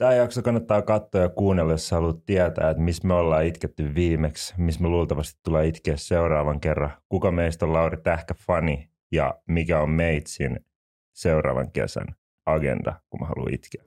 Tämä jakso kannattaa katsoa ja kuunnella, jos haluat tietää, että missä me ollaan itketty viimeksi, missä me luultavasti tulee itkeä seuraavan kerran, kuka meistä on Lauri Tähkä-fani ja mikä on Meitsin seuraavan kesän agenda, kun mä haluan itkeä.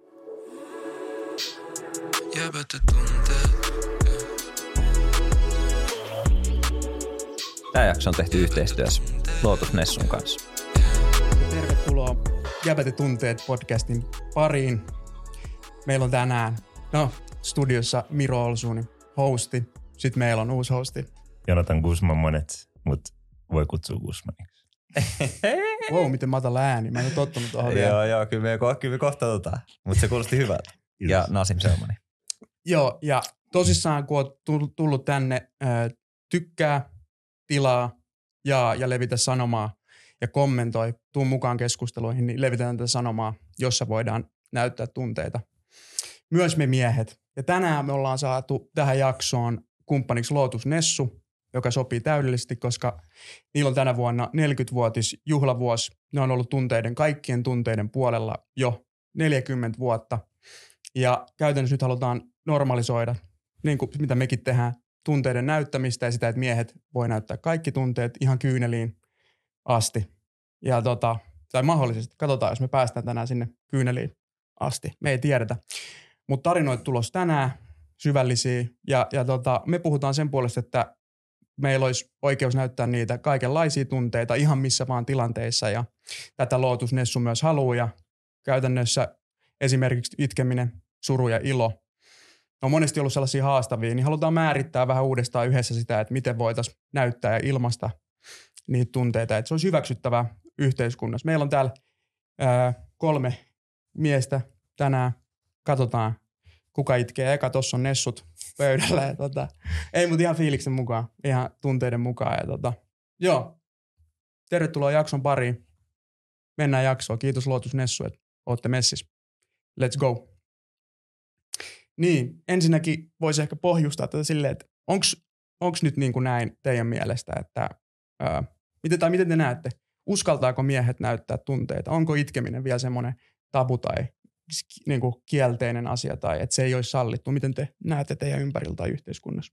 Tämä jakso on tehty yhteistyössä Lotus Nessun kanssa. Tervetuloa Jäbät ja tunteet podcastin pariin. Meillä on tänään studiossa Miro Olsuuni, hosti. Sitten meillä on uusi hosti. Jonathan Guzman monet, mutta voi kutsua Guzmaniksi. Wow, miten matala ääni. Mä en ole tottunut tuohon vielä. Joo, kyllä me kohta otetaan. Mutta se kuulosti hyvältä. Ja Nasim Selmani. Joo, ja tosissaan kun oot tullut tänne, tykkää, tilaa ja levitä sanomaa ja kommentoi, tuu mukaan keskusteluihin, niin levitään tätä sanomaa, jossa voidaan näyttää tunteita. Myös me miehet. Ja tänään me ollaan saatu tähän jaksoon kumppaniksi Lotus Nessu, joka sopii täydellisesti, koska niillä on tänä vuonna 40-vuotis juhlavuosi. Ne on ollut kaikkien tunteiden puolella jo 40 vuotta. Ja käytännössä nyt halutaan normalisoida, niin kuin mitä mekin tehdään, tunteiden näyttämistä ja sitä, että miehet voi näyttää kaikki tunteet ihan kyyneliin asti. Ja tai mahdollisesti, katsotaan, jos me päästään tänään sinne kyyneliin asti. Me ei tiedetä. Mutta tarinoita tulos tänään, syvällisiä. Ja me puhutaan sen puolesta, että meillä olisi oikeus näyttää niitä kaikenlaisia tunteita ihan missä vaan tilanteissa. Ja tätä Lotus Nessu myös haluaa. Ja käytännössä esimerkiksi itkeminen, suru ja ilo on monesti ollut sellaisia haastavia, niin halutaan määrittää vähän uudestaan yhdessä sitä, että miten voitaisiin näyttää ja ilmaista niitä tunteita, että se olisi hyväksyttävää yhteiskunnassa. Meillä on täällä 3 miestä tänään. Katsotaan, kuka itkee. Eka tossa on Nessut pöydällä. Ja ei, mutta ihan fiiliksen mukaan, ihan tunteiden mukaan. Ja joo, tervetuloa jakson pariin. Mennään jaksoon. Kiitos Lotus Nessu, että ootte messissä. Let's go. Niin, ensinnäkin voisi ehkä pohjustaa tätä silleen, että onks nyt niin kuin näin teidän mielestä, että miten te näette? Uskaltaako miehet näyttää tunteita? Onko itkeminen vielä semmoinen tabu tai niin kuin kielteinen asia tai että se ei olisi sallittu? Miten te näette teidän ympärillä tai yhteiskunnassa?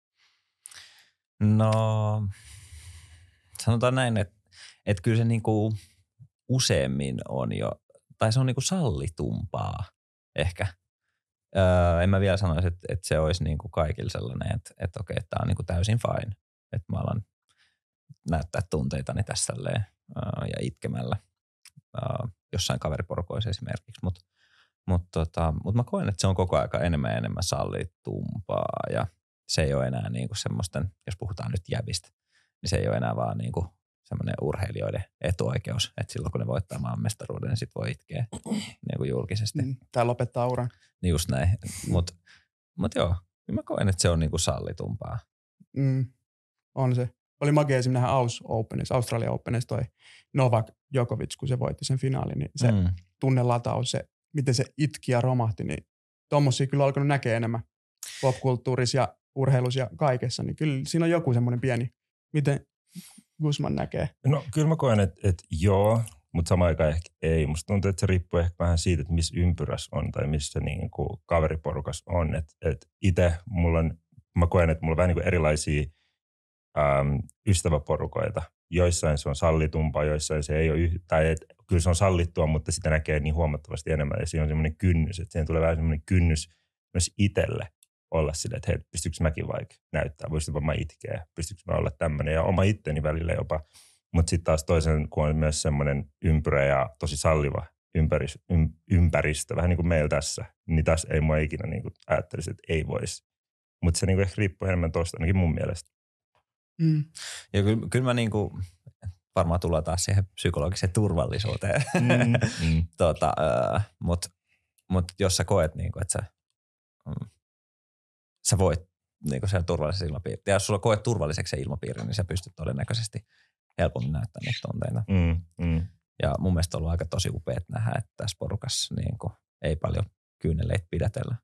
No, sanotaan näin, että kyllä se niin kuin useammin on jo, tai se on niin kuin sallitumpaa ehkä. En mä vielä sanoisi, että se olisi niin kuin kaikilla sellainen, että okei, tämä on niin kuin täysin fine, että mä alan näyttää tunteitani tässä ja itkemällä jossain kaveriporukoissa esimerkiksi, mutta mä koen, että se on koko aika enemmän ja enemmän sallitumpaa ja se ei ole enää niin kuin semmoisten, jos puhutaan nyt jäbistä, niin se ei ole enää vaan niin kuin semmoinen urheilijoiden etuoikeus, että silloin kun ne voittaa maailmanmestaruuden, niin sit voi itkeä niin kuin julkisesti. Tai lopettaa uran. Niin just näin, mutta joo, mä koen, että se on niin kuin sallitumpaa. On se. Oli magia esimerkiksi nähdä Australia Openissa toi Novak Djokovic, kun se voitti sen finaalin, niin se tunnelataus, se miten se itki ja romahti, niin tommosia kyllä on alkanut näkee enemmän popkulttuurissa ja urheilussa ja kaikessa, niin kyllä siinä on joku semmoinen pieni, miten Guzman näkee. No kyllä mä koen, että joo, mutta samaan aikaan ehkä ei. Musta tuntuu, että se riippuu ehkä vähän siitä, että missä ympyrässä on tai missä niin kuin kaveriporukas on. Et itse mä koen, että mulla on vähän niin kuin erilaisia ystäväporukoita. Joissain se on sallitumpaa, joissain se ei ole, kyllä se on sallittua, mutta sitä näkee niin huomattavasti enemmän. Ja siinä on semmoinen kynnys, että siihen tulee vähän semmoinen kynnys myös itselle olla silleen, että hei, pystyykö mäkin vaikka näyttää, voisitko mä itkeä, pystyykö mä olla tämmöinen ja oma itteni välillä jopa. Mutta sitten taas toisen, kun on myös semmoinen ympyrä ja tosi salliva ympäristö, vähän niin kuin meillä tässä, niin tässä ei mua ikinä niin kuin ajattelisi, että ei voisi. Mutta se niin kuin ehkä riippuu enemmän tuosta, ainakin mun mielestä. Ja kyllä mä niinku, varmaan tullaan taas siihen psykologiseen turvallisuuteen, mut jos sä koet niinku, että sä voit niinku sen turvallisen ilmapiirin, ja jos sulla koet turvalliseksi se ilmapiiri, niin sä pystyt todennäköisesti helpommin näyttämään niitä tunteita. Ja mun mielestä on ollut aika tosi upeat nähdä, että tässä porukassa niinku ei paljon kyyneleitä pidätellä.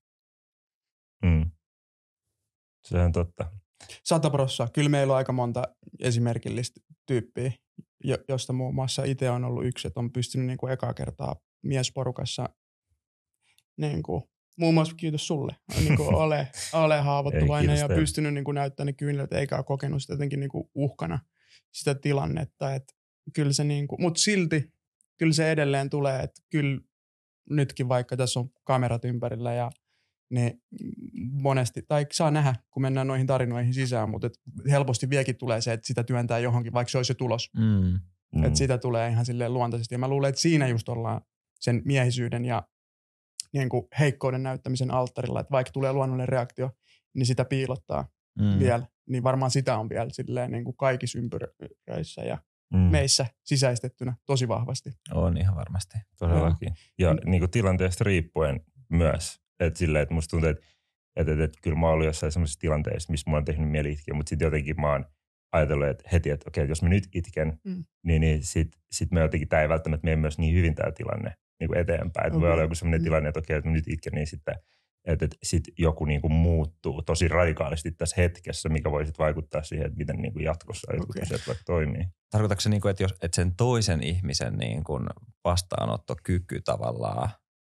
Se on totta. 100%. Kyllä meillä on aika monta esimerkillistä tyyppiä, josta muun muassa itse on ollut yksi, että on pystynyt niin kuin ekaa kertaa miesporukassa niin kuin muun muassa kiitos sulle. Niin kuin ole haavoittuvainen ja teille. pystynyt niin kuin näyttämään ne kyyneleet, eikä ole kokenut sitä jotenkin niin kuin uhkana sitä tilannetta. Että kyllä se niin kuin, mutta silti kyllä se edelleen tulee, että kyllä nytkin vaikka tässä on kamerat ympärillä ja ne monesti, tai saa nähdä, kun mennään noihin tarinoihin sisään, mutta helposti vieläkin tulee se, että sitä työntää johonkin, vaikka se olisi jo tulos. Että sitä tulee ihan silleen luontaisesti. Ja mä luulen, että siinä just ollaan sen miehisyyden ja niin kuin heikkouden näyttämisen alttarilla, että vaikka tulee luonnollinen reaktio, niin sitä piilottaa vielä. Niin varmaan sitä on vielä silleen niin kuin kaikissa ympyröissä ja meissä sisäistettynä tosi vahvasti. On ihan varmasti. Todellakin. Ja niin kuin tilanteesta riippuen myös. Että silleen, että musta tuntuu, että kyllä mä oon ollut jossain sellaisessa tilanteessa, missä mä oon tehnyt mieli itkeä, mutta sitten jotenkin mä oon ajatellut, että heti, että okei, jos mä nyt itken, niin sit me jotenkin, tää ei välttämättä mene myös niin hyvin tää tilanne niin kuin eteenpäin. Että voi olla joku sellainen tilanne, että okei, että mä nyt itken, niin sitten että sit joku niin kuin muuttuu tosi radikaalisti tässä hetkessä, mikä voi sitten vaikuttaa siihen, että miten niin kuin jatkossa jotkut asiat vaikka toimii. Tarkoitatko se, niin kuin, että sen toisen ihmisen niin kuin vastaanottokyky tavallaan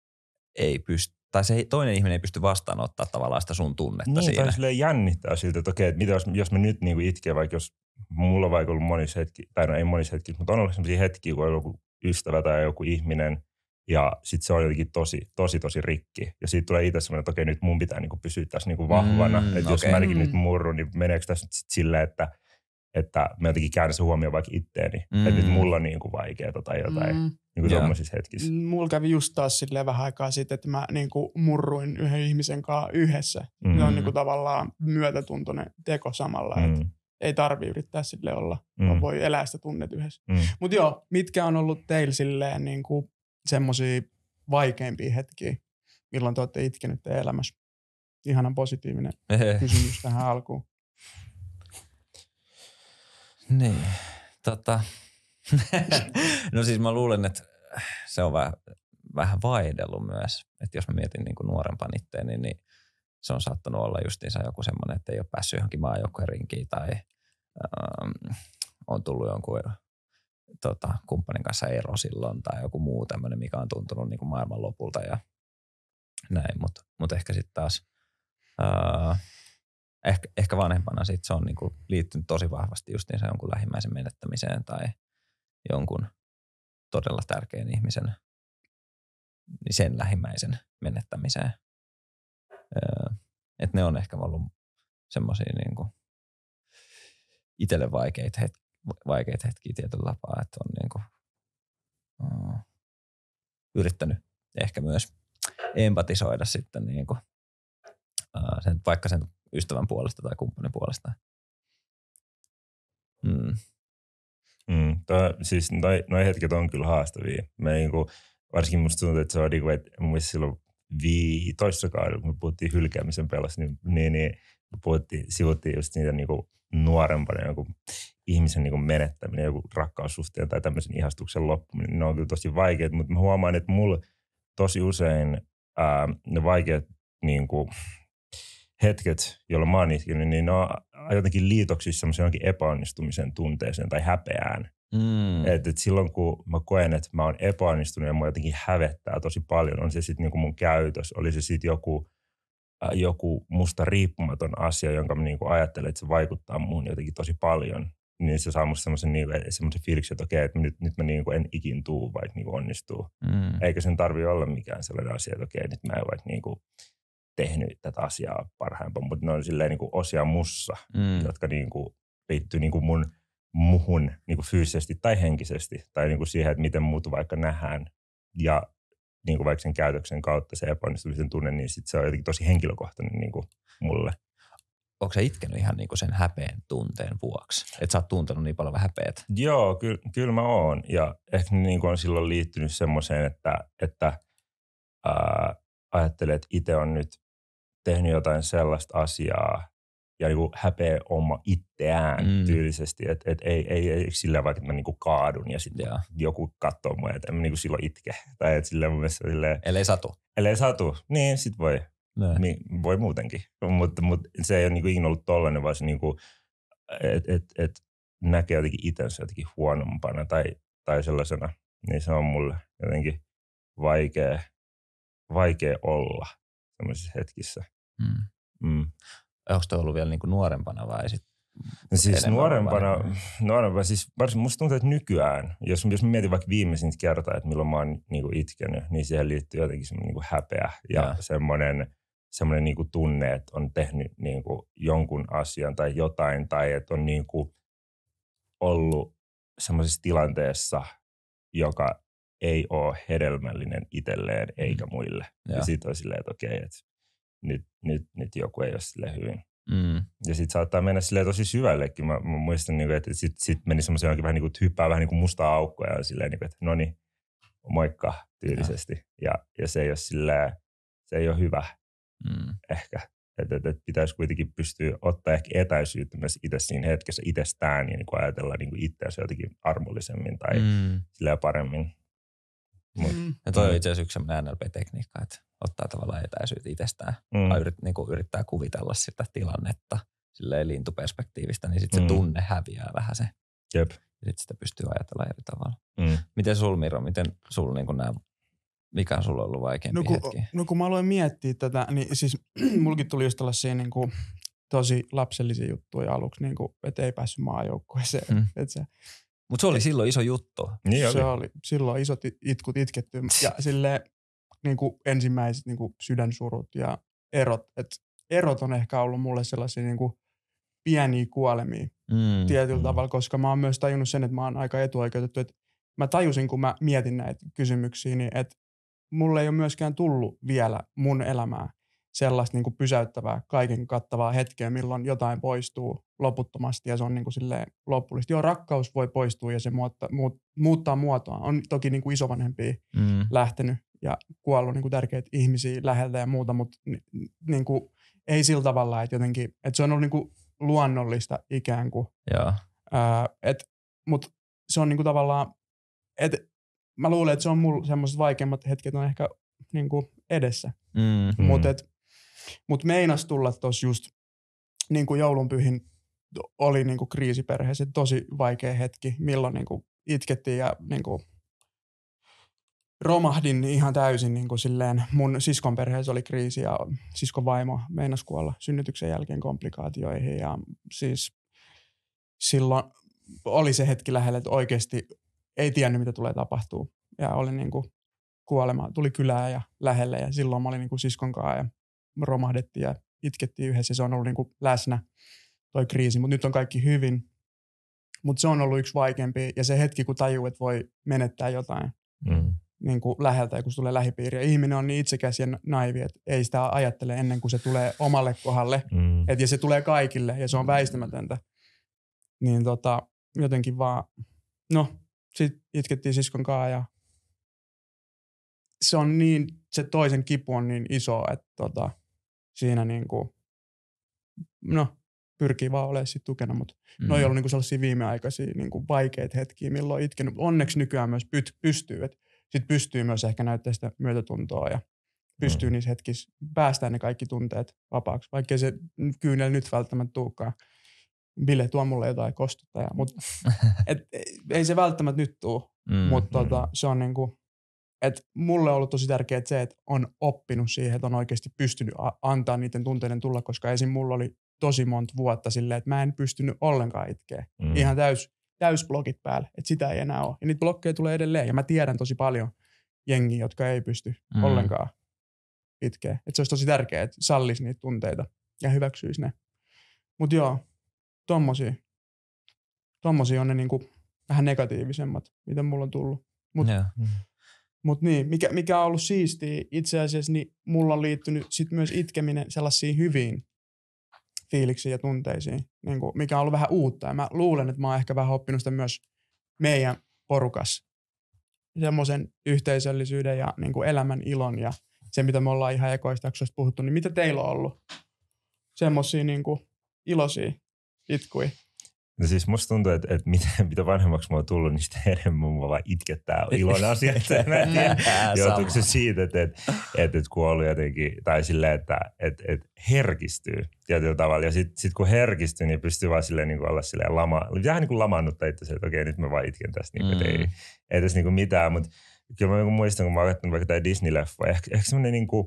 ei pysty, tai se toinen ihminen ei pysty vastaanottaa tavallaan sitä sun tunnetta niin, siinä. Tai silleen jännittää siltä, että okei, että mitä jos mä nyt niin kuin itken, vaikka jos mulla on vaikka ollut monissa hetki, tai no ei monissa hetkissä, mutta on ollut sellaisia hetkiä, kun on joku ystävä tai joku ihminen, ja sitten se on jotenkin tosi rikki. Ja siitä tulee itse semmoinen, että okei, nyt mun pitää niinku pysyä tässä niinku vahvana. Että jos mäkin nyt murrun, niin meneekö tässä sit silleen, että mä jotenkin käännän se huomioon vaikka itteeni. Että nyt mulla on niinku vaikeaa tai jotain niinku tommoisissa hetkissä. Mulla kävi just taas silleen vähän aikaa sitten, että mä niinku murruin yhden ihmisen kanssa yhdessä. Se on niinku tavallaan myötätuntoinen teko samalla. Että ei tarvitse yrittää sille olla, vaan voi elää sitä tunnet yhdessä. Mutta joo, mitkä on ollut teillä silleen niinku semmoisia vaikeimpia hetkiä, milloin te olette itkenyt teidän elämässä? Ihanan positiivinen kysymys tähän alkuun. Niin, no siis mä luulen, että se on vähän vaihdellut myös. Että jos mä mietin niin kuin nuorempaan itteeni, niin se on saattanut olla justiinsa joku semmoinen, että ei ole päässyt johonkin maajoukkueen rinkiin tai on tullut jonkun kumppanin kanssa ero silloin tai joku muu tämmöinen, mikä on tuntunut niin kuin maailman lopulta ja näin. Mutta ehkä sitten taas ehkä vanhempana sit se on niin kuin liittynyt tosi vahvasti justiinsa jonkun lähimmäisen menettämiseen tai jonkun todella tärkeän ihmisen, niin sen lähimmäisen menettämiseen. Että ne on ehkä ollut semmoisia niin kuin itselle vaikeita hetkiä tietyllä tapaa, että on niin kuin, yrittänyt ehkä myös empatisoida sitten niin kuin, vaikka sen ystävän puolesta tai kumppanin puolesta. Siis noi hetket on kyllä haastavia. Me niinku, varsinkin musta tuntuu, että se on niinku, että mun mielestä silloin toisessa kaudella, kun me puhuttiin hylkäämisen pelosta, niin me sivuttiin just niitä niinku nuorempana joku ihmisen niinku menettäminen, joku rakkaussuhteen tai tämmöisen ihastuksen loppuminen. Ne on kyllä tosi vaikeat, mutta mä huomaan, että mulla tosi usein ne vaikeat niinku hetket, jolloin mä oon itkenyt, niin ne on jotenkin liitoksissa semmoisen jonkin epäonnistumisen tunteeseen tai häpeään. Että silloin kun mä koen, että mä oon epäonnistunut ja mua jotenkin hävettää tosi paljon, on se sitten niinku mun käytös, oli se sitten joku musta riippumaton asia, jonka mä niinku ajattelen, että se vaikuttaa muun jotenkin tosi paljon, niin se saa musta semmoisen fiiliksen, että okei, että nyt mä niinku en ikin tuu, vaikka niinku onnistuu. Eikä sen tarvitse olla mikään sellainen asia, että okei, nyt mä en vaikka niinku tehnyt tätä asiaa parhaimpaan, mutta ne on silleen niinku osia mussa, jotka niinku liittyy niinku muhun niinku fyysisesti tai henkisesti, tai niinku siihen, että miten muut vaikka nähdään, ja niinku vaikka sen käytöksen kautta se epäonnistumisen tunne, niin sit se on jotenkin tosi henkilökohtainen niinku mulle. Onko sä itkenyt ihan niinku sen häpeen tunteen vuoksi? Että sä oot tuntenut niin paljon häpeätä? Joo, kyllä mä oon, ja ehkä niinku on silloin liittynyt semmoiseen, että ajattelee, että itse on nyt tehnyt jotain sellaista asiaa ja niinku häpeä oma itseään tyylisesti, että ei sillä vaikka, että mä niinku kaadun ja sitten joku katsoo mua, että en mä niinku silloin itke. Tai että silleen mun mielestä silleen... Ellei satu, niin sit voi muutenkin. Mutta se ei ole niinku ikinä ollut tollainen, vaan se niinku, että näkee jotenkin itsensä jotenkin huonompana tai sellaisena, niin se on mulle jotenkin vaikea olla semmoisissa hetkissä. Onko toi ollut vielä niinku nuorempana vai sit? No siis nuorempana siis varsin musta tuntuu, että nykyään, jos mä mietin vaikka viimeisintä kertaa, että milloin mä oon niinku itkenyt, niin siihen liittyy jotenkin semmoinen niinku häpeä ja semmoinen niinku tunne, että on tehnyt niinku jonkun asian tai jotain, tai että on niinku ollut semmoisessa tilanteessa, joka ei ole hedelmällinen itselleen eikä muille. Ja sit on silleen, että okei, että nyt joku ei ole silleen hyvin. Ja sit saattaa mennä silleen tosi syvällekin. Mä muistan, että sit meni semmoisen jonkin vähän niin kuin hyppää vähän niin kuin mustaa aukkoa ja silleen, että noni, moikka tyylisesti. Ja se ei ole silleen, se ei ole hyvä ehkä. Että pitäisi kuitenkin pystyä ottaa ehkä etäisyyttä myös itse siinä hetkessä itsestään ja niin kuin ajatella niin kuin itseäsi jotenkin armollisemmin tai silleen paremmin. Ja toi on itse asiassa yksi sellainen NLP-tekniikka, että ottaa tavallaan etäisyyttä itsestään. Tai yrittää kuvitella sitä tilannetta silleen lintuperspektiivistä, niin sitten se tunne häviää vähän se. Jep. Ja sitten sitä pystyy ajatella eri tavalla. Miten sul, Miro, mikä on sulla ollut vaikeampi hetki? No kun mä aloin miettiä tätä, niin siis mulkin tuli just tällaisia niin kuin tosi lapsellisia juttuja aluksi, niin kuin, että ei päässyt maajoukkueeseen. Mutta se oli silloin iso juttu. Niin se oli silloin isot itkut itketty ja silleen niin kuin ensimmäiset niin kuin sydänsurut ja erot. Erot on ehkä ollut mulle sellaisia niin kuin pieniä kuolemia tietyllä tavalla, koska mä oon myös tajunnut sen, että mä oon aika etuoikeutettu. Että mä tajusin, kun mä mietin näitä kysymyksiä, niin että mulle ei ole myöskään tullut vielä mun elämää sellaista niin kuin pysäyttävää, kaiken kattavaa hetkeä, milloin jotain poistuu loputtomasti ja se on niin kuin silleen loppullisesti. Joo, rakkaus voi poistua ja se muuttaa muotoa. On toki niin kuin isovanhempia lähtenyt ja kuollut niin kuin tärkeitä ihmisiä läheltä ja muuta, mutta niin kuin, ei sillä tavalla, että jotenkin, että se on ollut niin kuin luonnollista ikään kuin. Mutta se on niin kuin tavallaan, että mä luulen, että se on mulla semmoiset vaikeimmat hetket on ehkä niin kuin edessä. Mutta meinas tulla tuossa just niin kuin joulunpyhin oli niin kuin kriisiperheessä tosi vaikea hetki, milloin niin kuin itkettiin ja niin kuin romahdin ihan täysin niin kuin silleen. Mun siskon perheessä oli kriisi ja siskon vaimo meinasi kuolla synnytyksen jälkeen komplikaatioihin ja siis silloin oli se hetki lähellä, että oikeasti ei tiennyt, mitä tulee tapahtuu ja oli niin kuin kuolema, tuli kylään ja lähelle ja silloin mä olin niin kuin siskon kanssa ja romahdettiin ja itkettiin yhdessä ja se on ollut niin kuin läsnä toi kriisi, mutta nyt on kaikki hyvin. Mutta se on ollut yksi vaikeampi ja se hetki, kun tajuu, että voi menettää jotain niin kuin läheltä ja kun se tulee lähipiiriä. Ihminen on niin itsekäs ja naivi, että ei sitä ajattele ennen kuin se tulee omalle kohdalle. Ja se tulee kaikille ja se on väistämätöntä. Niin jotenkin vaan, sit itkettiin siskon kanssa ja se on niin, se toisen kipu on niin iso, että siinä niinku, pyrkii vaan olemaan sit tukena, mutta ne on ollut niinku sellaisia viimeaikaisia niinku vaikeita hetkiä, milloin itkenyt. Onneksi nykyään myös pystyy, että sit pystyy myös ehkä näyttää sitä myötätuntoa ja pystyy niissä hetkissä päästään ne kaikki tunteet vapaaksi, vaikkei se kyynel nyt välttämättä tulekaan. Bille, tuo mulle jotain kostuttajaa, mutta ei se välttämättä nyt tule, mutta se on niinku, että mulle on ollut tosi tärkeää se, että on oppinut siihen, että on oikeasti pystynyt antaa niiden tunteiden tulla, koska esim. Mulla oli tosi monta vuotta silleen, että mä en pystynyt ollenkaan itkeä. Ihan täys blokit päälle, että sitä ei enää ole. Ja niitä blokkeja tulee edelleen ja mä tiedän tosi paljon jengiä, jotka ei pysty ollenkaan itkeä. Että se olisi tosi tärkeää, että sallisi niitä tunteita ja hyväksyisi ne. Mutta joo, tommosia on ne niinku vähän negatiivisemmat, mitä mulla on tullut. Mutta niin, mikä on ollut siistiä itse asiassa, niin mulla on liittynyt sit myös itkeminen sellaisiin hyviin fiiliksiin ja tunteisiin, niin kuin, mikä on ollut vähän uutta. Ja mä luulen, että mä oon ehkä vähän oppinut sitä myös meidän porukassa. Semmoisen yhteisöllisyyden ja niin kuin elämän ilon ja se, mitä me ollaan ihan ekoista jaksoista puhuttu, niin mitä teillä on ollut? Semmoisia niin kuin iloisia itkuja. No siis musta tuntuu, että mitä vanhemmaksi mä oon tullut, niin sitä enemmän mua vaan itkettää ilon asiat. Mä en tiedä, joutuuko se siitä, että kuollut jotenkin, tai silleen, että herkistyy tietyllä tavalla. Ja sit kun herkistyy, niin pystyy vaan silleen niin kuin olla silleen vähän niin kuin lamaannuttaa itse, että okei, nyt mä vaan itken tästä, niin kuin, ei tässä niin kuin mitään. Mutta kyllä mä muistan, kun mä oon katsonut vaikka tämä Disney-leffa, ehkä semmoinen niin kuin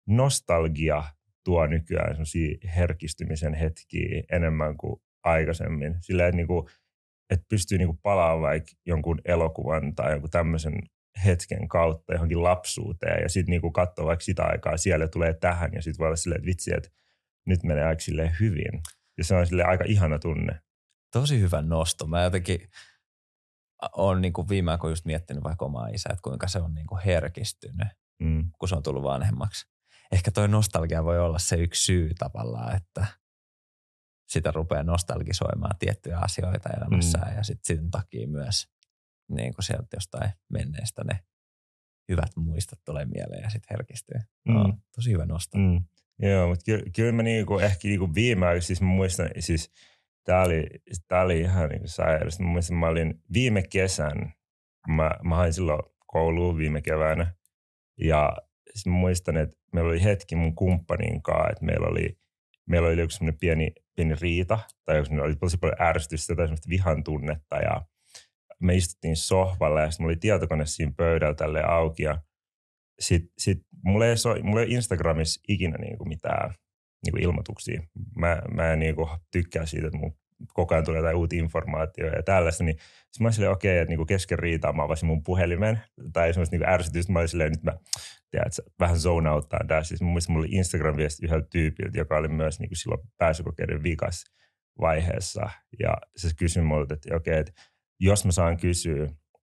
nostalgia tuo nykyään semmosia herkistymisen hetkiä enemmän kuin aikaisemmin. Silleen, että, niinku, että pystyy niinku palaamaan vaikka jonkun elokuvan tai jonkun tämmöisen hetken kautta johonkin lapsuuteen ja sitten niinku katsoo vaikka sitä aikaa siellä tulee tähän ja sitten voi olla silleen, että vitsi, että nyt menee aika silleen hyvin. Ja se on silleen aika ihana tunne. Tosi hyvä nosto. Mä jotenkin olen niinku viime aikoina just miettinyt vaikka omaa isää, että kuinka se on niinku herkistynyt, kun se on tullut vanhemmaksi. Ehkä toi nostalgia voi olla se yksi syy tavallaan, että sitä rupeaa nostalgisoimaan tiettyjä asioita elämässään ja sitten sen takia myös niin kuin sieltä jostain menneestä ne hyvät muistot tulee mieleen ja sitten herkistyy. No, tosi hyvä nosto. Joo, mutta kyllä mä niinku, ehkä niinku viime aikoina, siis mä muistan, siis tää oli ihan niinku sairaus. Mä muistan, mä olin viime kesän, mä hain silloin kouluun viime keväänä ja siis mä muistan, että meillä oli hetki mun kumppanin kanssa, että meillä oli yksi semmoinen pieni riita tai oli tosi paljon ärsytystä tai semmoista vihan tunnetta ja me istuttiin sohvalla ja sitten mulla oli tietokone siinä pöydällä tälleen auki ja sit mulla ei ole Instagramissa ikinä niinku mitään niinku ilmoituksia. Mä en niinku tykkää siitä, että mun koko ajan tulee jotain uutta informaatiota ja tällaista, niin sit mä olin silleen okei, että niinku kesken riitaa mä avasin mun puhelimen tai semmoista niinku ärsytystä. Mä olin silleen, nyt mä tiedätkö, vähän zone outtaan tässä. Siis mun mielestä mulla oli Instagram-viesti yhdeltä tyypiltä, joka oli myös niinku silloin pääsykokeiden vikas vaiheessa ja se kysyi multa, että okei, että jos mä saan kysyä,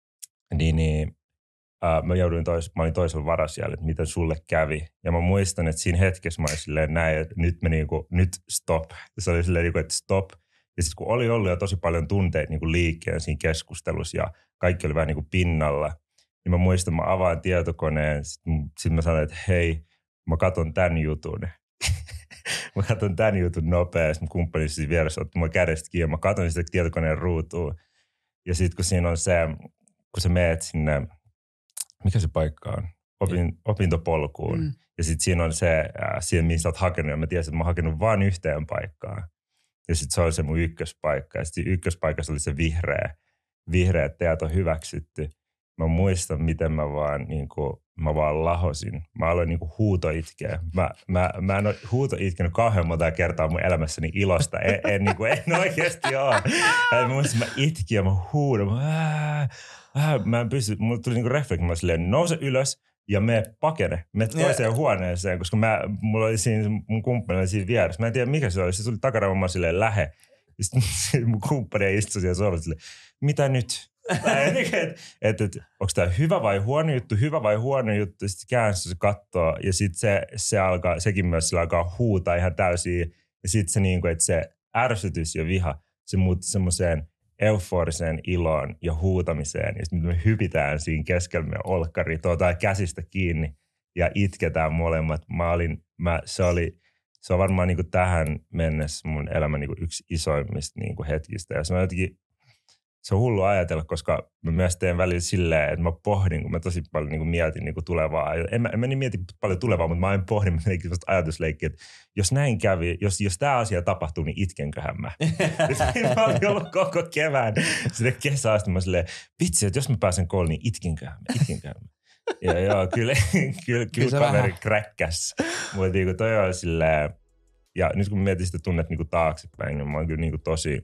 niin mä olin toisella varasijalla, että miten sulle kävi. Ja mä muistan, että siinä hetkessä mä olin silleen näin, että nyt stop. Ja se oli silleen, että stop. Ja sitten kun oli ollut jo tosi paljon tunteita niin liikkeen siinä keskustelussa ja kaikki oli vähän niin kuin pinnalla, niin mä muistan, että mä avaan tietokoneen. Sitten mä sanoin, että hei, mä katon tämän jutun. Mä katon tämän jutun nopeasti. Mun kumppani siis vieressä otti mun kädestä kiinni. Mä katon sitä tietokoneen ruutuun. Ja sitten kun siinä on se, kun sä meet sinne, mikä se paikka on? Opintopolkuun. Ja sitten siinä on se, mihin sä oot hakenut. Ja mä tiesin, että mä oon hakenut vain yhteen paikkaan. Ja sitten se oli se mun ykköspaikka. Ja sitten ykköspaikassa oli se vihreä, että teidät on hyväksytty. Mä muistan, miten mä vaan lahosin. Mä aloin niinku huutoitkeä. Mä en ole huutoitkenyt kauhean monta kertaa mun elämässäni ilosta. En oikeasti ole. Mä muistan, mä itkin ja mä huudan. Mä en pysty. Mulla tuli niinku refleksi. Mä silleen, nouse ylös ja mene toiseen huoneeseen. Koska mulla oli siinä, mun kumppani oli siinä vieressä. Mä en tiedä mikä se oli. Se tuli takaraivomaan silleen lähe. Sitten mun kumppani istui siellä sohvalla silleen, mitä nyt? että onko tämä hyvä vai huono juttu, sitten käänsi se kattoo ja sitten sekin myös sillä alkaa huutaa ihan täysin ja sitten se niinku, että se ärsytys ja viha, se muutti semmoiseen euforiseen iloon ja huutamiseen ja sitten me hypitään siinä keskellä meidän olkkari, tuotaan käsistä kiinni ja itketään molemmat. Se on varmaan niinku tähän mennessä mun elämän niinku yksi isoimmista niinku hetkistä ja se on jotenkin se on hullu ajatella, koska mä myös teen välillä silleen, että mä pohdin, kun mä tosi paljon niin kuin mietin niin kuin tulevaa. En mä niin mieti paljon tulevaa, mutta mä en pohdin, mä teinkin sellaista ajatusleikkiä, että jos näin kävi, jos tämä asia tapahtuu, niin itkenköhän mä. Mä olin ollut koko kevään sinne kesäasti. Mä silleen, vitsi, että jos mä pääsen kouluun, niin itkenköhän mä. Ja joo, kyllä kaveri kräkkäs. Mutta niin toi on silleen, ja nyt kun mä mietin sitä tunnet niin kuin taaksepäin, niin mä oon kyllä niin kuin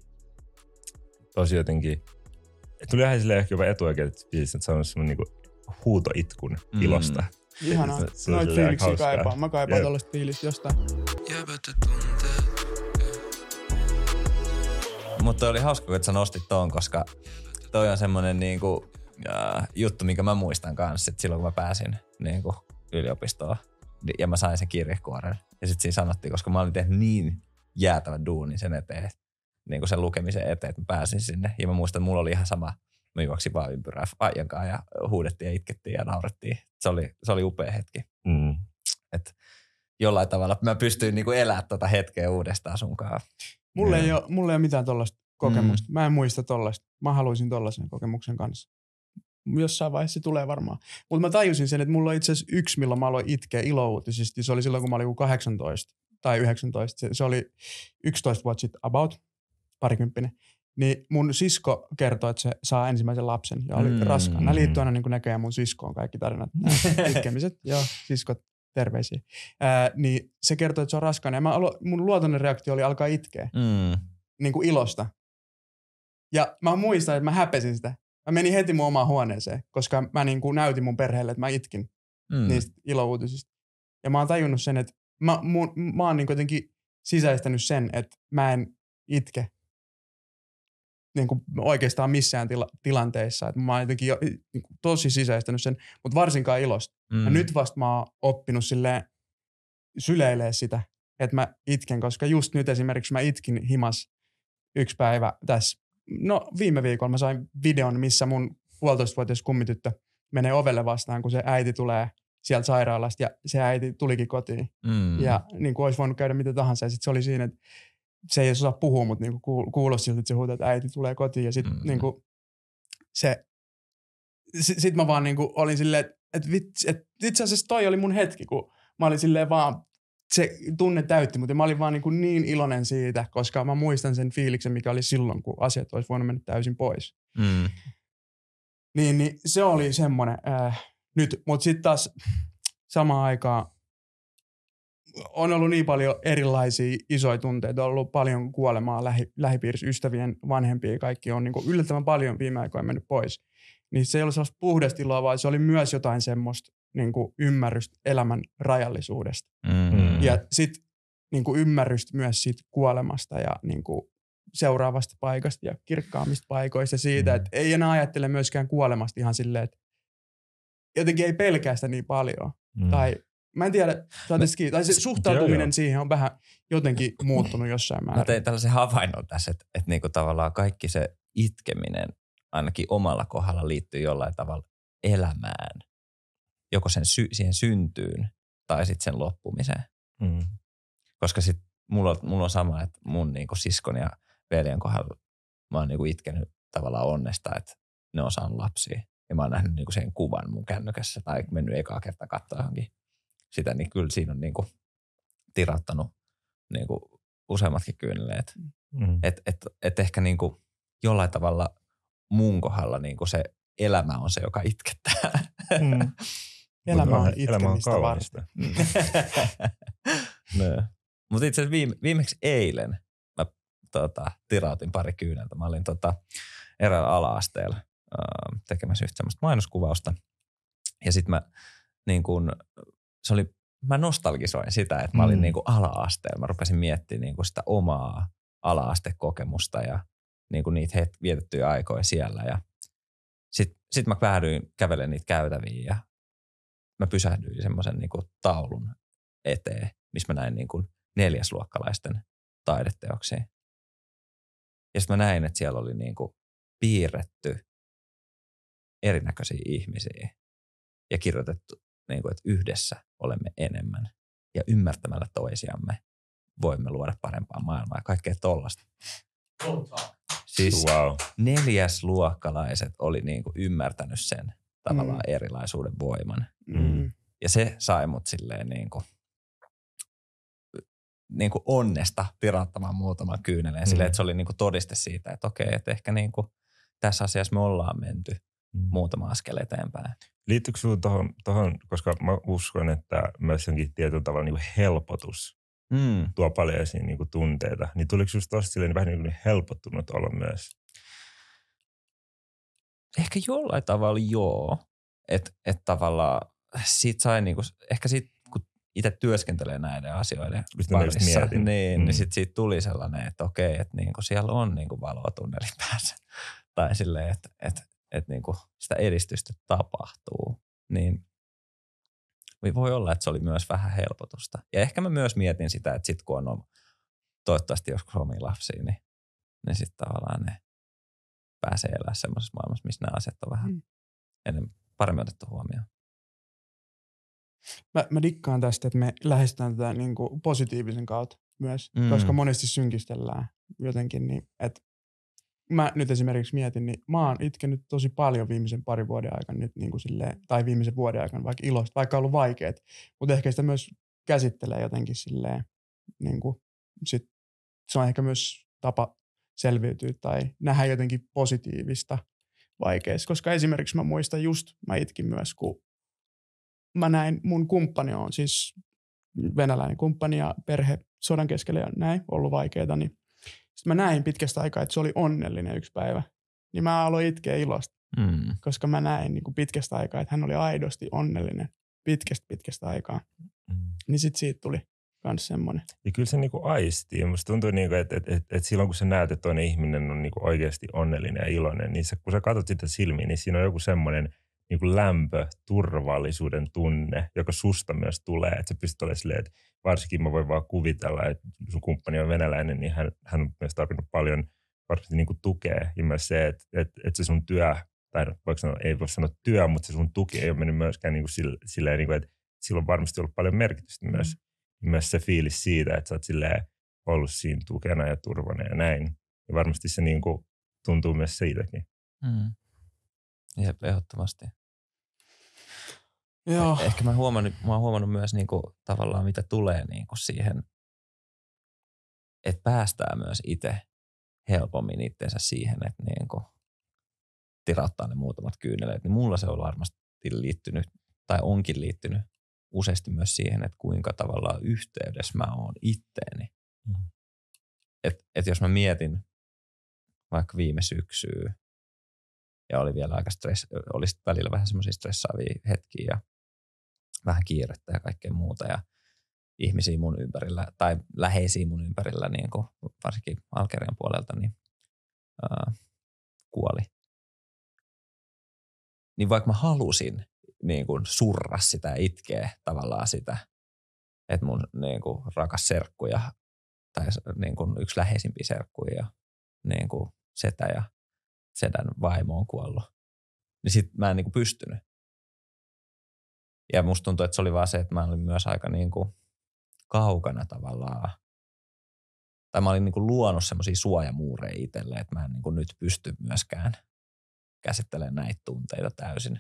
tosi jotenkin, tuli ihan silleen ehkä jopa etuoikeudet fiilis, että se on semmoinen niinku huutoitkun ilosta. Ihanaa. Noit fiiliksiä kaipaan. Mä kaipaan tollaista fiilistä jostain. Mutta oli hauska, että sä nostit ton, koska toi on semmoinen niinku, juttu, minkä mä muistan kanssa, että silloin kun mä pääsin niinku yliopistoon ja mä sain sen kirjekuoren. Ja sit siinä sanottiin, koska mä olin tehnyt niin jäätävän duunin sen eteen, niin kuin sen lukemisen eteen, että mä pääsin sinne. Ja mä muistan, että mulla oli ihan sama. Mä juoksin vaan ympyrää aijankaan ja huudettiin ja itkettiin ja naurettiin. Se oli upea hetki. Että jollain tavalla mä pystyin niinku elämään tota hetkeä uudestaan sunkaan. Mulla ei ole mitään tollaista kokemusta. Mä en muista tollaista. Mä haluaisin tollaisen kokemuksen kanssa. Jossain vaiheessa se tulee varmaan. Mutta mä tajusin sen, että mulla on itse asiassa yksi, milloin mä aloin itkeä ilouutisista. Se oli silloin, kun mä olin 18 tai 19. Se oli 11 vuotta sitten about. Parikymppinen, niin mun sisko kertoi, että se saa ensimmäisen lapsen ja oli raskaana. Nämä liittyy aina niin kuin näköjään mun siskoon kaikki tarinat, itkemiset. Joo, siskot terveisiä. Niin se kertoi, että se on raskaana. Ja mun luotoinen reaktio oli alkaa itkeä. Niin kuin ilosta. Ja mä muistan, että mä häpesin sitä. Mä menin heti mun omaan huoneeseen, koska mä niin kuin näytin mun perheelle, että mä itkin niistä ilouutisista. Ja mä oon tajunnut sen, että mä oon niin jotenkin sisäistänyt sen, että mä en itke niin kuin oikeastaan missään tilanteissa. Että mä oon jotenkin niin kuin tosi sisäistänyt sen, mutta varsinkaan ilosta. Ja nyt vasta mä oon oppinut silleen syleilee sitä, että mä itken, koska just nyt esimerkiksi mä itkin himas yksi päivä tässä. No viime viikolla mä sain videon, missä mun 1,5-vuotias kummityttö menee ovelle vastaan, kun se äiti tulee sieltä sairaalasta ja se äiti tulikin kotiin. Ja niin kuin olisi voinut käydä mitä tahansa. Ja sitten se oli siinä, että se ei osaa puhua, mutta niin kuin kuulosti siltä, että se huutaa, että äiti tulee kotiin. Ja sitten niin kuin sit mä vaan niin kuin olin silleen, että itse asiassa toi oli mun hetki, kun mä olin silleen vaan, se tunne täytti, mutta mä olin vaan niin iloinen siitä, koska mä muistan sen fiiliksen, mikä oli silloin, kun asiat olisi voinut mennä täysin pois. Niin se oli semmoinen nyt, mutta sitten taas samaan aikaan on ollut niin paljon erilaisia isoja tunteita, on ollut paljon kuolemaa lähipiirissä, ystävien, vanhempia, kaikki on niin kuin yllättävän paljon viime aikoina mennyt pois. Niin se ei ollut sellaista puhdasta iloa, vaan se oli myös jotain semmoista niin kuin ymmärrystä elämän rajallisuudesta. Ja sitten niin kuin ymmärrystä myös siitä kuolemasta ja niin kuin seuraavasta paikasta ja kirkkaammista paikoista siitä, että ei enää ajattele myöskään kuolemasta ihan silleen, että jotenkin ei pelkää sitä niin paljon. Tai mä en tiedä, tai se suhtautuminen siihen on vähän jotenkin muuttunut jossain määrin. Mä tein tällaisen havainnon tässä, että niinku tavallaan kaikki se itkeminen ainakin omalla kohdalla liittyy jollain tavalla elämään. Joko siihen syntyyn tai sitten sen loppumiseen. Koska sitten mulla on sama, että mun niinku siskon ja veljen kohdalla mä oon niinku itkenyt tavallaan onnesta, että ne on saanut lapsia. Ja mä oon nähnyt niinku sen kuvan mun kännykässä tai mennyt ekaa kertaa katsoa johonkin sitä, niin kyllä siinä on niinku tirauttanut niinku useammatkin kyyneleet. Et ehkä niinku jollain tavalla mun kohdalla niinku se elämä on se, joka itkettää. Elämä on itkemistä varten. No. Mutta itse asiassa viimeksi eilen mä tirautin pari kyyneltä. Mä olin eräällä ala-asteella tekemässä yhtä semmoista mainoskuvausta. Ja sit mä niin kun, mä nostalgisoin sitä, että mä olin niin kuin ala-asteella. Mä rupesin miettimään niin kuin sitä omaa ala-astekokemusta ja niin kuin niitä vietettyjä aikoja siellä. Ja sit mä päädyin kävelemään niitä käytäviä ja mä pysähdyin semmoisen niin kuin taulun eteen, missä mä näin niin kuin 4-luokkalaisten taideteoksia. Ja sitten mä näin, että siellä oli niin kuin piirretty erinäköisiä ihmisiä ja kirjoitettu, niin kuin, että yhdessä olemme enemmän ja ymmärtämällä toisiamme voimme luoda parempaa maailmaa ja kaikkea tollasta. Siis 4-luokkalaiset oli niin kuin ymmärtänyt sen tavallaan erilaisuuden voiman. Ja se sai mut silleen niin kuin onnesta pirauttamaan muutaman kyyneleen silleen, että se oli niin kuin todiste siitä, että okei, että ehkä niin kuin tässä asiassa me ollaan menty muutama askel eteenpäin. Liittyykö sinulla tuohon, koska mä uskon, että myös jonkin tietyllä tavalla niin kuin helpotus tuo paljon esiin niin kuin tunteita, niin tuliko sinusta tosta silleen vähän niin kuin helpottunut olla myös? Ehkä jollain tavalla joo, että tavallaan siitä sai niin kuin, ehkä siitä kun itse työskentelee näiden asioiden parissa, niin sitten siitä tuli sellainen, että okei, että niin kuin siellä on niin kuin valoa tunnelin päässä. Tai silleen, että niin kuin sitä edistystä tapahtuu, niin voi olla, että se oli myös vähän helpotusta. Ja ehkä mä myös mietin sitä, että sit kun on toivottavasti joskus omia lapsia, niin sitten tavallaan ne pääsee elämään semmoisessa maailmassa, missä nämä asiat on vähän paremmin otettu huomioon. Mä dikkaan tästä, että me lähestytään tätä niin kuin positiivisen kautta myös, koska monesti synkistellään jotenkin niin, että mä nyt esimerkiksi mietin, niin mä oon itkenyt tosi paljon viimeisen parin vuoden aikana nyt niin kuin silleen, tai viimeisen vuoden aikana vaikka ilosta, vaikka on ollut vaikeet, mutta ehkä sitä myös käsittelee jotenkin silleen, niin kuin sit se on ehkä myös tapa selviytyä tai nähdä jotenkin positiivista vaikeissa, koska esimerkiksi mä muistan mä itkin myös, kun mä näin, mun kumppani on siis venäläinen kumppani ja perhe sodan keskellä ja näin, ollut vaikeeta, niin sitten mä näin pitkästä aikaa, että se oli onnellinen yksi päivä. Niin mä aloin itkeä ilosta, koska mä näin niin kuin pitkästä aikaa, että hän oli aidosti onnellinen pitkästä aikaa. Niin sit siitä tuli kans semmoinen. Ja kyllä se niinku aistii. Musta tuntuu, niinku, että silloin kun sä näet, että toinen ihminen on niinku oikeasti onnellinen ja iloinen, niin kun sä katsot sitä silmiin, niin siinä on joku semmoinen niinku lämpö, turvallisuuden tunne, joka susta myös tulee. Että sä pystyt olemaan silleen, että varsinkin mä voin vaan kuvitella, että sun kumppani on venäläinen, niin hän on myös tarvinnut paljon varmasti niinku tukea. Ja myös se, että se sun työ, tai ei voi sanoa työ, mutta se sun tuki ei ole mennyt myöskään niinku silleen, niinku, että sillä on varmasti ollut paljon merkitystä myös. Myös se fiilis siitä, että sä oot silleen ollut siinä tukena ja turvana ja näin. Ja varmasti se niinku tuntuu myös siitäkin. Jep, ehdottomasti. Joo. Ehkä mä oon huomannut myös niinku tavallaan mitä tulee niinku siihen, että päästään myös itse helpommin itseensä siihen, että niinku tirauttaa ne muutamat kyyneleet. Niin mulla se on varmasti liittynyt tai onkin liittynyt useasti myös siihen, että kuinka tavallaan yhteydessä mä oon itteeni. Et jos mä mietin vaikka viime syksyä ja oli vielä aika oli välillä vähän semmoisia stressaavia hetkiä ja vähän kiirettä ja kaikkea muuta ja ihmisiä mun ympärillä tai läheisiä mun ympärillä, niin kuin varsinkin Algerian puolelta, niin kuoli. Niin vaikka mä halusin niin kuin surra sitä ja itkeä tavallaan sitä, että mun niin kuin rakas serkku tai niin kuin yksi läheisimpiä serkkuja ja niin kuin setä ja sedän vaimo on kuollut. Niin sit mä en niin kuin pystynyt. Ja musta tuntui, että se oli vaan se, että mä olin myös aika niin kuin kaukana tavallaan. Tai mä olin niin kuin luonut semmosia suojamuureja itselle, että mä en niin kuin nyt pysty myöskään käsittelemään näitä tunteita täysin.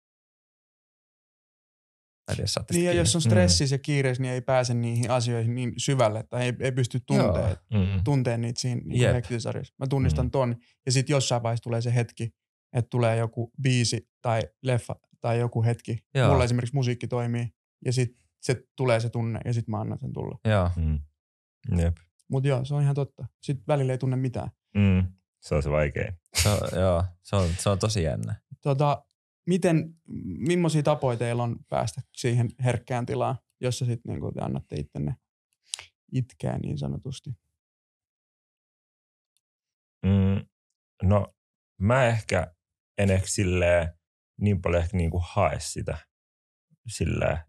Niin ja jos on stressissä ja kiireessä, niin ei pääse niihin asioihin niin syvälle, tai ei pysty tunteen niitä siinä niin hektisessä arjessa. Mä tunnistan ton, ja sitten jossain vaiheessa tulee se hetki, että tulee joku biisi tai leffa tai joku hetki. Joo. Mulla esimerkiksi musiikki toimii, ja sitten se tulee se tunne, ja sitten mä annan sen tulla. Joo. Jep. Mut joo, se on ihan totta. Sitten välillä ei tunne mitään. Se on se vaikea. Se on tosi jännä. Millaisia tapoja teillä on päästä siihen herkkään tilaan, jossa sitten niinku te annatte ittenne itkeä niin sanotusti? No mä en ehkä silleen niin paljon ehkä niinku hae sitä silleen,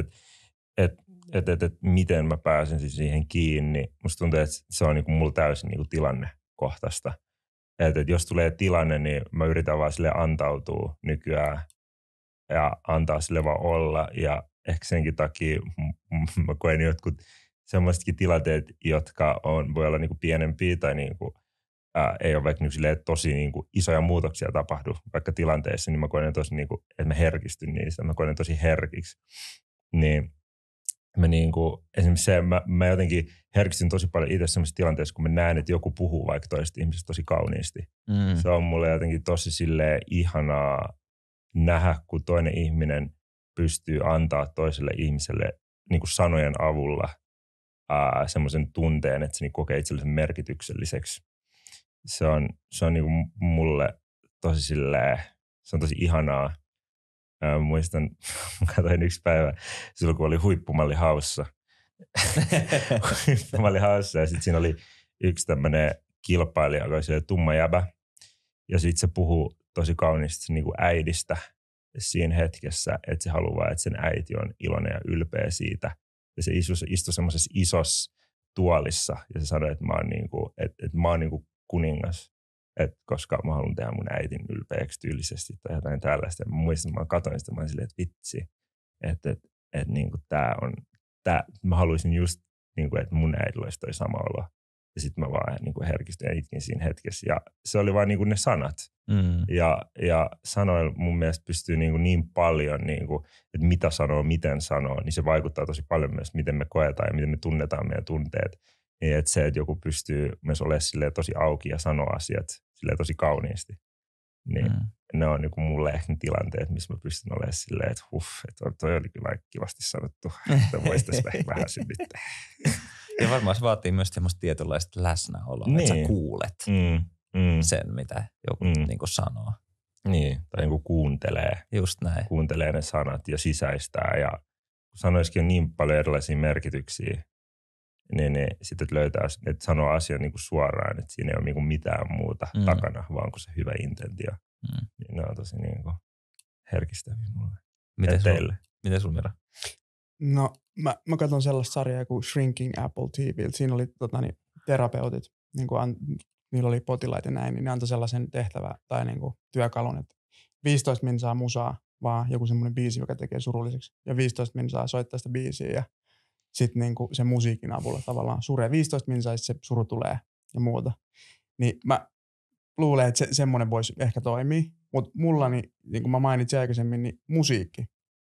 että miten mä pääsen siis siihen kiinni. Musta tuntuu, että se on niinku mulla täysin niinku tilannekohtaista. Että jos tulee tilanne, niin mä yritän vaan sille antautua nykyään ja antaa sille vaan olla. Ja ehkä senkin takia mä koen jotkut sellaisetkin tilanteet, jotka voi olla niinku pienempiä tai niinku, ei ole vaikka niinku tosi niinku isoja muutoksia tapahdu vaikka tilanteessa, niin mä koen tosi, niinku, että mä herkistyn niistä, mä koen tosi herkiksi. Niin mä niinku, esimerkiksi se, mä jotenkin herkistyn tosi paljon itse sellaisessa tilanteessa, kun mä näen, että joku puhuu vaikka toisesta ihmisestä tosi kauniisti. Se on mulle jotenkin tosi silleen ihanaa nähdä, kun toinen ihminen pystyy antaa toiselle ihmiselle niinku sanojen avulla semmoisen tunteen, että se niinku kokee itsellensä merkitykselliseksi. Se on niinku mulle tosi silleen, se on tosi ihanaa. Mä muistan, mä katsoin yksi päivä silloin, kun oli Huippumalli Haussa. Huippumalli Haussa ja sitten siinä oli yksi tämmöinen kilpailija, joka oli tumma jäbä. Ja sitten se puhui tosi kauniisti niin kuin äidistä siinä hetkessä, että se haluaa, että sen äiti on iloinen ja ylpeä siitä. Ja se istui semmoisessa isossa tuolissa ja se sanoi, että mä oon, niin kuin, että mä oon niin kuin kuningas. Koska mä haluan tehdä mun äitin ylpeäksi tyylisesti tai jotain tällaista. Mä muistan, mä katsoin sitä, mä olin silleen, että vitsi, että niinku mä haluaisin just, niinku, että mun äidillä olisi toi sama olo. Ja sitten mä vaan niinku herkistyin ja itkin siinä hetkessä. Ja se oli vaan niinku ne sanat. Ja sanoilla mun mielestä pystyy niinku niin paljon, niinku, että mitä sanoo, miten sanoo, niin se vaikuttaa tosi paljon myös, miten me koetaan ja miten me tunnetaan meidän tunteet. Niin että se, että joku pystyy myös olemaan silleen tosi auki ja sanoa asiat silleen tosi kauniisti, Niin ne on niinku mulle ehkä ne tilanteet, missä mä pystyn olemaan silleen, että että toi oli kyllä kivasti sanottu, että vois tässä vähän sen nyt. Ja varmaan se vaatii myös semmoista tietynlaista läsnäoloa, että sä kuulet sen, mitä joku niinku sanoo. Niin, tai niinku kuuntelee. Just näin. Kuuntelee ne sanat ja sisäistää. Ja sanoisikin on niin paljon erilaisia merkityksiä, niin sitten löytää, että sanoo asian niinku suoraan, että siinä ei ole niinku mitään muuta takana, vaan kuin se hyvä intentio. Niin ne on tosi niinku herkistäviä mulle. Miten sul Mira? No mä katson sellaista sarjaa kuin Shrinking Apple TV. Siinä oli terapeutit, niin niillä oli potilaita näin, niin ne antoi sellaisen tehtävä tai niinku työkalun, että 15 minsaa musaa, vaan joku semmoinen biisi, joka tekee surulliseksi. Ja 15 minsaa soittaa sitä biisiä ja sitten niinku sen musiikin avulla tavallaan suree. 15 minsaa se suru tulee ja muuta. Niin mä luulen, että semmoinen voisi ehkä toimia. Mutta mulla, niin kuin mä mainitsin aikaisemmin, niin musiikki.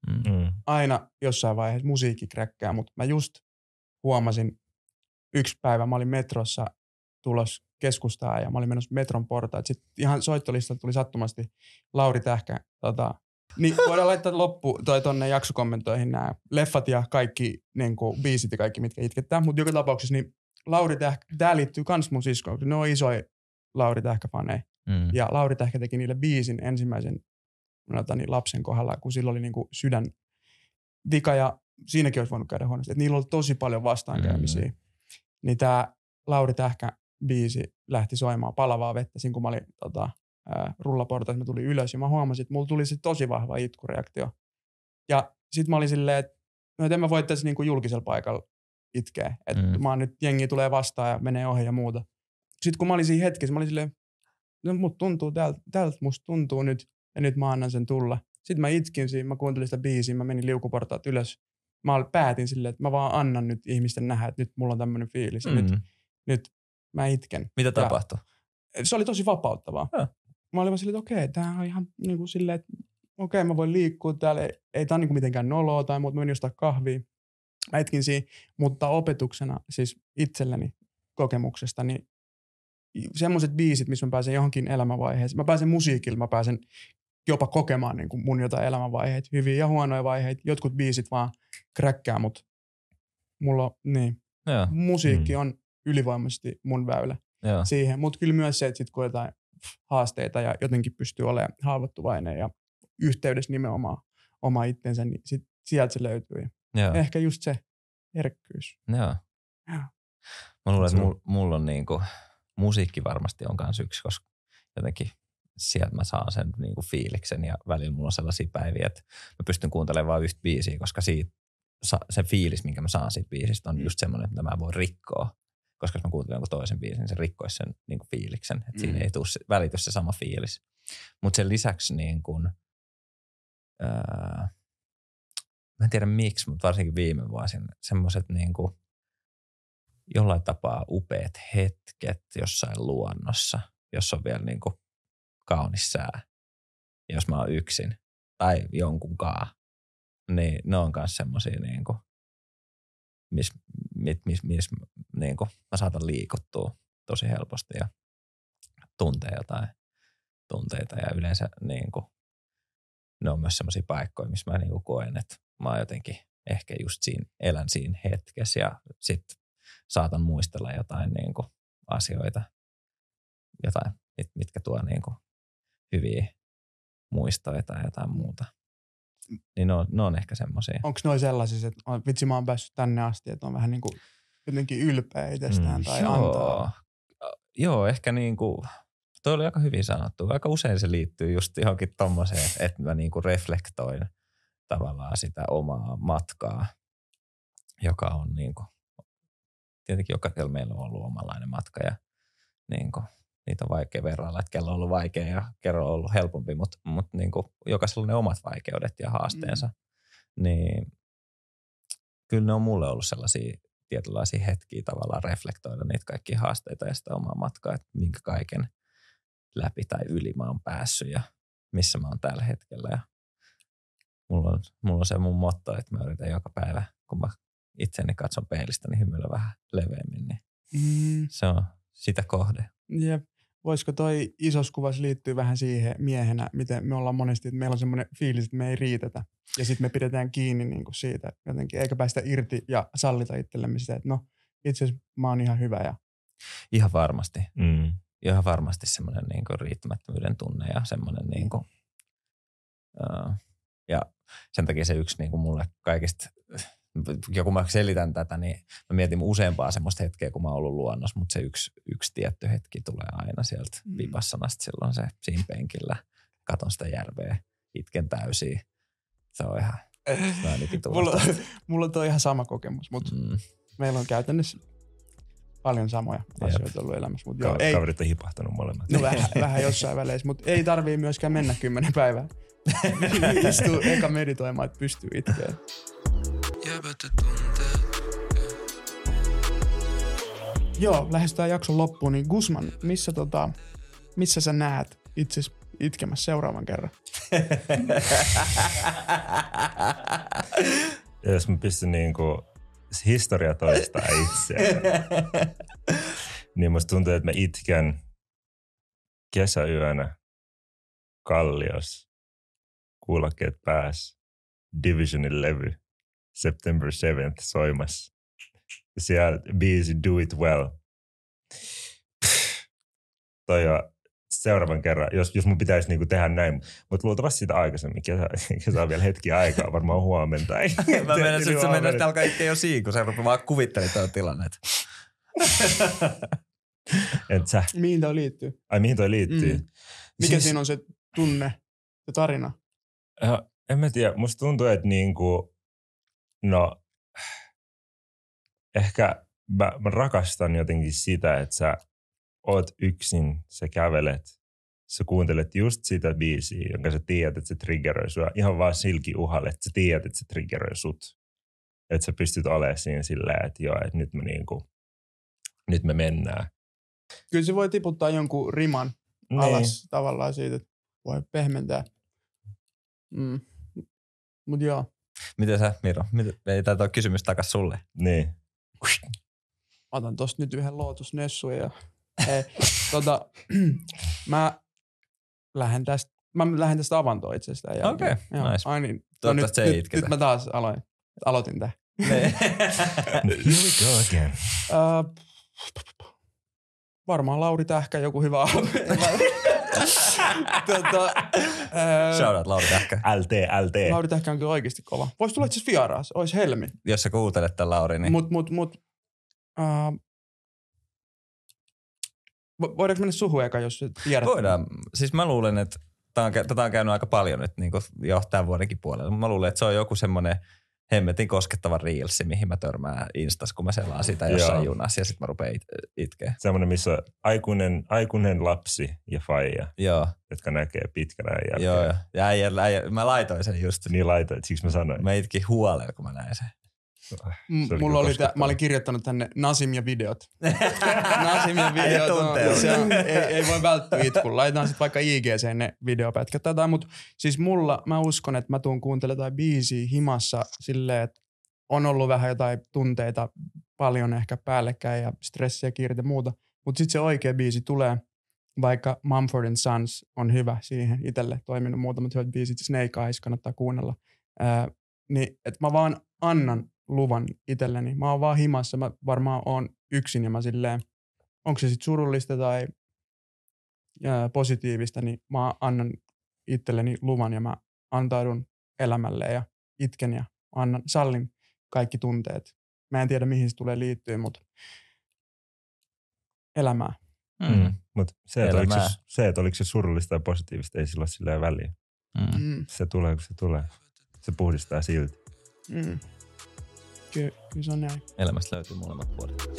Aina jossain vaiheessa musiikki kräkkää, mutta mä just huomasin yksi päivä, mä olin metrossa tulos keskustaan ja mä olin menossa metron portaat. Sitten ihan soittolistalta tuli sattumasti Lauri Tähkä. Niin voidaan laittaa loppu tonne jaksokommentoihin nämä leffat ja kaikki niin kuin biisit ja kaikki, mitkä itkettää. Mutta joka tapauksessa niin Lauri Tähkä, tää liittyy kans mun siskoon, ne on isoja Lauri Tähkä-faneja. Ja Lauri Tähkä teki niille biisin ensimmäisen lapsen kohdalla, kun sillä oli niinku sydänvika ja siinäkin olisi voinut käydä huonosti. Et niillä oli tosi paljon vastaankäymisiä. Niin tää Lauri Tähkä biisi lähti soimaan palavaa vettä. Siinä kun mä olin rullaportaissa, mä tulin ylös ja mä huomasin, että mulla tuli se tosi vahva itkureaktio. Ja sit mä olin silleen, että en mä voi tässä niinku julkisella paikalla itkeä. Että mä oon nyt, jengi tulee vastaan ja menee ohi ja muuta. Sitten kun mä olin siinä hetkessä, mä olin silleen, no mut tuntuu tältä musta tuntuu nyt. Ja nyt mä annan sen tulla. Sitten mä itkin siinä, mä kuuntelin sitä biisiä, mä menin liukuportaat ylös. Mä päätin silleen, että mä vaan annan nyt ihmisten nähdä, että nyt mulla on tämmönen fiilis. Ja nyt mä itken. Mitä tapahtui? Se oli tosi vapauttavaa. Mä olin vaan silleen, että okei, tää on ihan niinku silleen, että okei, mä voin liikkua täällä. Ei tää niinku mitenkään noloa tai muuta, mä menin jostain kahvia. Mä itkin siinä, mutta opetuksena siis itselleni kokemuksesta, niin semmoiset biisit, missä mä pääsen johonkin elämänvaiheeseen. Mä pääsen musiikilla, mä pääsen jopa kokemaan niin kuin mun jotain elämänvaiheita, hyviä ja huonoja vaiheita. Jotkut biisit vaan kräkkää, mutta mulla on, musiikki on ylivoimaisesti mun väylä siihen. Mutta kyllä myös se, että sit kun on jotain haasteita ja jotenkin pystyy olemaan haavoittuvainen ja yhteydessä nimenomaan oma itsensä, niin sit sieltä se löytyy. Ehkä just se herkkyys. Joo. Mä luulen, että mulla on niinku, musiikki varmasti on kans yksi, koska jotenkin sieltä mä saan sen niinku fiiliksen ja välillä mulla on sellaisia päiviä, että mä pystyn kuuntelemaan vain yhtä biisiä, koska se fiilis, minkä mä saan siitä biisistä on just semmoinen, että mä voin rikkoa. Koska jos mä kuuntelen jonkun toisen biisin, niin se rikkoisi sen niinku fiiliksen, että siinä ei välity se sama fiilis. Mutta sen lisäksi niin kun, mä en tiedä miksi, mutta varsinkin viime vuosina semmoiset niinku jollain tapaa upeat hetket jossain luonnossa, jos on vielä niinku kaunis sää. Jos mä oon yksin tai jonkunkaan, niin ne on myös semmosia niinku, missä niinku mä saatan liikuttua tosi helposti ja tuntee jotain tunteita ja yleensä niinku, ne on myös semmosia paikkoja, missä mä niinku koen, että mä oon jotenkin ehkä just elän siinä hetkessä ja sitten saatan muistella jotain niinku asioita, jotain, mitkä tuo niinku hyviä muistoja tai jotain muuta. Niin ne on ehkä semmosia. Onko noi sellaisia, että vitsi mä oon päässyt tänne asti, että on vähän niinku jotenkin ylpeä itsestään tai antaa? Joo, ehkä niinku, toi oli aika hyvin sanottu. Aika usein se liittyy just johonkin tommoseen, että mä niinku reflektoin tavallaan sitä omaa matkaa, joka on niinku, tietenkin jokaisella meillä on ollut omanlainen matka ja niinku, niitä on vaikea verrailla, että kello on ollut vaikea ja kerro on ollut helpompi, mutta niinku, jokaisella on ne omat vaikeudet ja haasteensa. Niin kyllä ne on mulle ollut sellaisia tietynlaisia hetkiä tavallaan reflektoida niitä kaikkia haasteita ja sitä omaa matkaa, että minkä kaiken läpi tai yli mä oon päässyt ja missä mä oon tällä hetkellä. Ja mulla on se mun motto, että mä yritän joka päivä, kun mä itseni katson peilistä, niin hymyillä vähän leveämmin. Niin se on sitä kohde. Jep. voisiko toi isossa kuvassa liittyä vähän siihen miehenä, miten me ollaan monesti, että meillä on semmoinen fiilis, että me ei riitetä. Ja sitten me pidetään kiinni niin kuin siitä jotenkin, eikä päästä irti ja sallita itsellemme sitä, että no itse asiassa mä oon ihan hyvä. Ja... Ihan varmasti. Ihan varmasti semmoinen niin kuin riittämättömyyden tunne ja semmoinen niin kuin, ja sen takia se yksi niin kuin mulle kaikista, ja kun mä selitän tätä, niin mä mietin useampaa semmoista hetkeä, kun mä oon ollut luonnossa, mutta se yksi tietty hetki tulee aina sieltä Vipassanasta, silloin se siinä penkillä, katon sitä järveä, itken täysiä. Se on ihan, mulla on toi ihan sama kokemus, mutta meillä on käytännössä paljon samoja asioita ollut elämässä. Mutta kaverit on hipahtanut molemmat. No vähän jossain väleissä, mutta ei tarvii myöskään mennä 10 päivää. Istuu eka meditoimaan, että pystyy itkeen. Joo, lähestytään jakson loppuun. Niin Guzman, missä sä näet itses itkemässä seuraavan kerran? Ja jos mä pystyn niinku historia toistaa itseään, niin musta tuntuu, että mä itken kesäyönä Kalliossa, kuulokkeet päässä, Divisionin levy, September 7th soimassa. Ja siellä biisi Do It Well. Toi on seuraavan kerran, jos mun pitäisi niinku tehdä näin, mutta luultavasti sitä aikaisemmin. Kesä on vielä hetki aikaa, varmaan huomenta. Mä menen, että sä mennä alkaa itkeä jo siinä, kun sä vaan kuvittelit toi tilanne. Et sä? Mihin toi liittyy? Ai mihin toi liittyy? Mikä siinä on se tunne, se tarina? En mä tiedä, musta tuntuu, että niinku, no ehkä mä rakastan jotenkin sitä, että sä oot yksin, sä kävelet, sä kuuntelet just sitä biisiä, jonka sä tiedät, että se triggeroi sua ihan vaan silkiuhalle, että sä tiedät, että se triggeroi sut. Että sä pystyt olemaan siinä silleen, että joo, että nyt me mennään. Kyllä se voi tiputtaa jonkun riman alas tavallaan siitä, että voi pehmentää. Mut joo. Miten sä, Miro? Ei tää toi kysymys takas sulle. Niin. Otan tosta nyt yhden Lotus Nessun ja mä lähden tästä avantoon itsestään. Okei, nice. Ai niin. Toivottavasti se ei itketä. Nyt mä taas aloitin tää. Here we go again. Varmaan Lauri Tähkä, joku hyvä alku. Shout out Lauri Tähkä. LT. Lauri Tähkä on kyllä oikeasti kova. Voisi tulla itse asiassa vieraassa, olisi helmi. Jos sä kuuntelet tämän Lauri, niin... Voidaanko mennä suhun eka, jos tiedät? Voidaan. Siis mä luulen, että tätä on käynyt aika paljon nyt niin jo tämän vuodenkin puolella. Mä luulen, että se on joku semmoinen hemmetin koskettava reelsi, mihin mä törmään Instas, kun mä selaan sitä jossain junassa ja sit mä rupean itkeä. Semmoinen, missä on aikuinen lapsi ja faija, jotka näkee pitkänä jälkeen. Joo, ja äijä, mä laitoin sen just. Niin laitoit, siksi mä sanoin. Mä itkin huolella, kun mä näin sen. Mulla oli mä olin kirjoittanut tänne Nasim ja videot. Nasim ja videot. Ei voi välttyä itkuun. Laitetaan sitten vaikka IGC ne videopätkät tätä, mutta siis mä uskon, että mä tuun kuuntelemaan jotain biisiä himassa silleen, että on ollut vähän jotain tunteita paljon ehkä päällekkäin ja stressiä, kiirettä ja muuta. Mutta sitten se oikea biisi tulee, vaikka Mumford & Sons on hyvä siihen itselle toiminut muutamat hyvät biisit. Snake Eyes kannattaa kuunnella. Niin, että mä vaan annan luvan itselleni. Mä oon vaan himassa, mä varmaan oon yksin ja mä silleen, onko se sitten surullista tai positiivista, niin mä annan itselleni luvan ja mä antaudun elämälle ja itken ja sallin kaikki tunteet. Mä en tiedä mihin se tulee liittyä, mutta elämää. Mutta se, että oliko se surullista tai positiivista, ei sillä ole silleen väliä. Se tulee, kun se tulee. Se puhdistaa silti. Kyllä se on näin. Elämästä löytyy molemmat puolet.